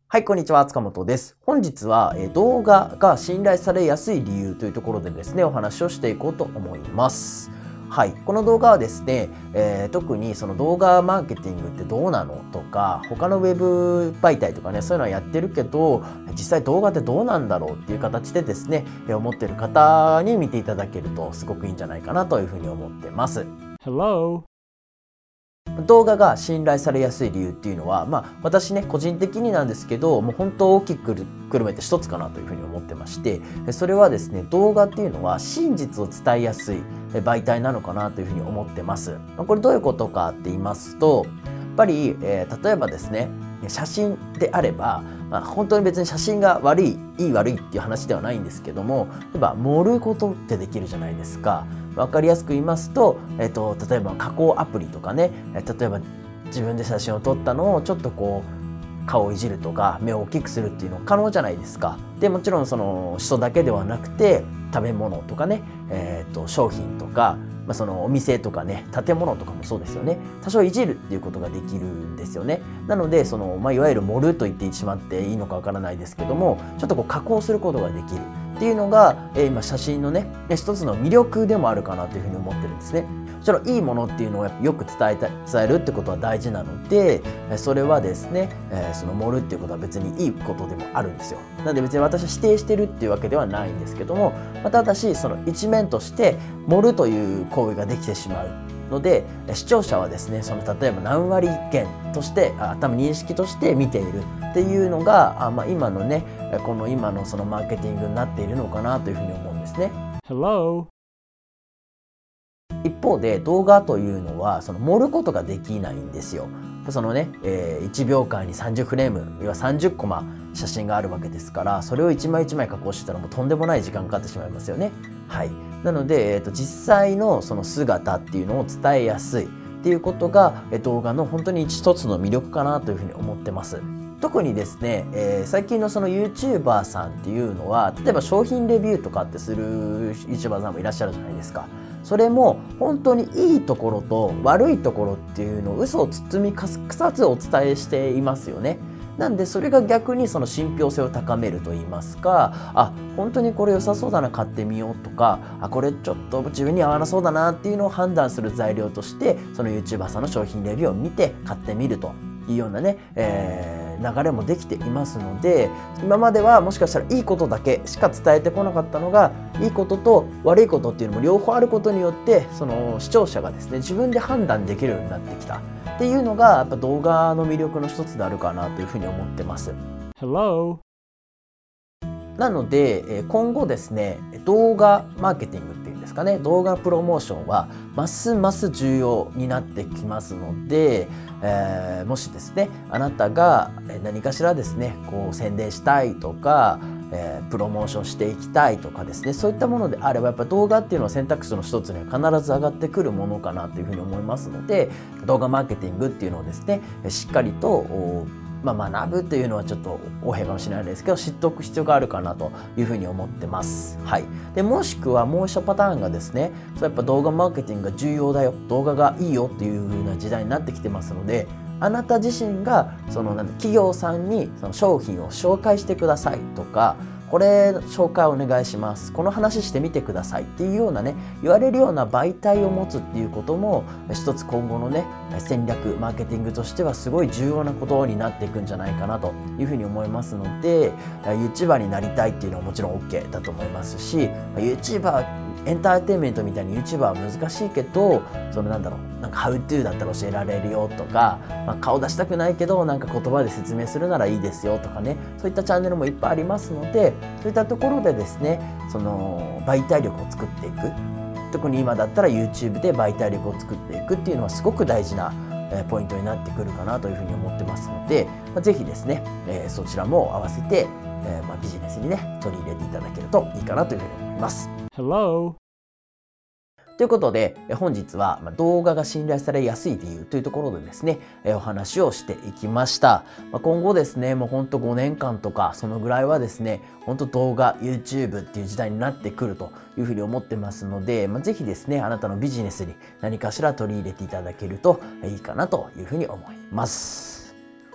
はい、こんにちは、塚本です。本日は動画が信頼されやすい理由というところでですね、お話をしていこうと思います。はい、この動画はですね、特にその動画マーケティングってどうなのとか、他のウェブ媒体とかね、そういうのはやってるけど、実際動画ってどうなんだろうっていう形でですね、思ってる方に見ていただけるとすごくいいんじゃないかなというふうに思ってます。 Hello. 動画が信頼されやすい理由っていうのは、私ね、個人的になんですけど、もう本当大きくくるめて一つかなというふうに思ってまして、それはですね、動画っていうのは真実を伝えやすい媒体なのかなというふうに思ってます。これどういうことかって言いますと、やっぱり、例えばですね、写真であれば、本当に別に写真が悪い、いい悪いっていう話ではないんですけども、例えば盛ることってできるじゃないですか。わかりやすく言いますと、例えば加工アプリとかね、例えば自分で写真を撮ったのをちょっとこう顔をいじるとか目を大きくするっていうの可能じゃないですか。でもちろんその人だけではなくて食べ物とかね、商品とか、そのお店とかね建物とかもそうですよね。多少いじるっていうことができるんですよね。なのでその、いわゆる盛ると言ってしまっていいのかわからないですけども、ちょっとこう加工することができるっていうのが、今写真のね一つの魅力でもあるかなというふうに思ってるんですね。もちろんいいものっていうのをよく伝えるってことは大事なので、それはですね、その盛るっていうことは別にいいことでもあるんですよ。なので別に私は否定してるっていうわけではないんですけども、ただしその一面として盛るという行為ができてしまうので、視聴者はですね、その例えば何割減として多分認識として見ているっていうのが今のね、この今のそのマーケティングになっているのかなというふうに思うんですね。 Hello. 一方で動画というのはその盛ることができないんですよ。そのね、1秒間に30フレーム、要は30コマ写真があるわけですから、それを一枚一枚加工してたらもうとんでもない時間かかってしまいますよね。はい。なので、実際のその姿っていうのを伝えやすいっていうことが、動画の本当に一つの魅力かなというふうに思ってます。特にですね、最近のその YouTuber さんっていうのは、例えば商品レビューとかってする YouTuber さんもいらっしゃるじゃないですか。それも本当にいいところと悪いところっていうのを嘘を包み隠さずお伝えしていますよね。なんでそれが逆にその信憑性を高めると言いますか、本当にこれ良さそうだな買ってみようとか、これちょっと自分に合わなそうだなっていうのを判断する材料としてその YouTuber さんの商品レビューを見て買ってみるというようなね、流れもできていますので、今まではもしかしたらいいことだけしか伝えてこなかったのが、いいことと悪いことっていうのも両方あることによって、その視聴者がですね自分で判断できるようになってきたっていうのがやっぱ動画の魅力の一つであるかなというふうに思ってます。 Hello. なので今後ですね、動画マーケティングっていうんですかね、動画プロモーションはますます重要になってきますので、もしですねあなたが何かしらですねこう宣伝したいとか、プロモーションしていきたいとかですね、そういったものであればやっぱ動画っていうのは選択肢の一つには必ず上がってくるものかなというふうに思いますので、動画マーケティングっていうのをですねしっかりと学ぶというのはちょっと大変かもしれないですけど、知っておく必要があるかなというふうに思ってます。はい。で、もしくはもう一パターンがですね、やっぱ動画マーケティングが重要だよ、動画がいいよっていう風な時代になってきてますので、あなた自身がその企業さんにその商品を紹介してくださいとか、これ紹介お願いします、この話してみてくださいっていうようなね、言われるような媒体を持つっていうことも一つ今後のね戦略マーケティングとしてはすごい重要なことになっていくんじゃないかなというふうに思いますので、 YouTuber になりたいっていうのはもちろん OK だと思いますし、 YouTuber エンターテインメントみたいに YouTuber は難しいけど、そのなんかハウトゥーだったら教えられるよとか、顔出したくないけどなんか言葉で説明するならいいですよとかね、そういったチャンネルもいっぱいありますので、そういったところでですねその媒体力を作っていく、特に今だったら YouTube で媒体力を作っていくっていうのはすごく大事なポイントになってくるかなというふうに思ってますので、ぜひですねそちらも合わせてビジネスにね取り入れていただけるといいかなというふうに思います。 Hello. ということで、本日は動画が信頼されやすい理由というところでですね、お話をしていきました。今後ですね、もうほんと5年間とかそのぐらいはですね、ほんと動画、YouTube っていう時代になってくるというふうに思ってますので、ぜひですね、あなたのビジネスに何かしら取り入れていただけるといいかなというふうに思います。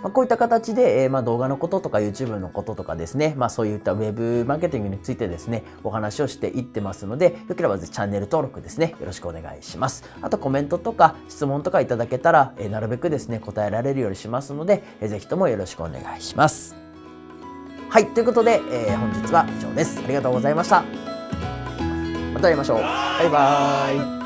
こういった形で、動画のこととか YouTube のこととかですね、そういったウェブマーケティングについてですね、お話をしていってますので、よければぜひチャンネル登録ですね、よろしくお願いします。あとコメントとか質問とかいただけたら、なるべくですね、答えられるようにしますので、ぜひともよろしくお願いします。はい、ということで、本日は以上です。ありがとうございました。また会いましょう。バイバーイ。